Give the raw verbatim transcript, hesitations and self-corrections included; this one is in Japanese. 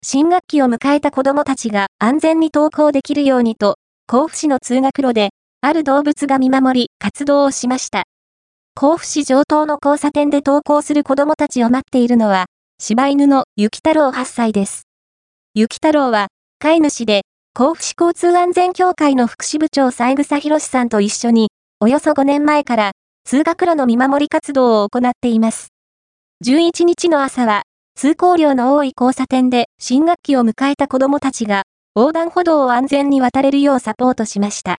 新学期を迎えた子どもたちが安全に登校できるようにと、甲府市の通学路で、ある動物が見守り、活動をしました。甲府市城東の交差点で登校する子どもたちを待っているのは、柴犬の雪太郎はっさいです。雪太郎は、飼い主で、甲府市交通安全協会の福祉部長三枝博さんと一緒に、およそごねんまえから、通学路の見守り活動を行っています。じゅういちにちの朝は、通行量の多い交差点で新学期を迎えた子どもたちが、横断歩道を安全に渡れるようサポートしました。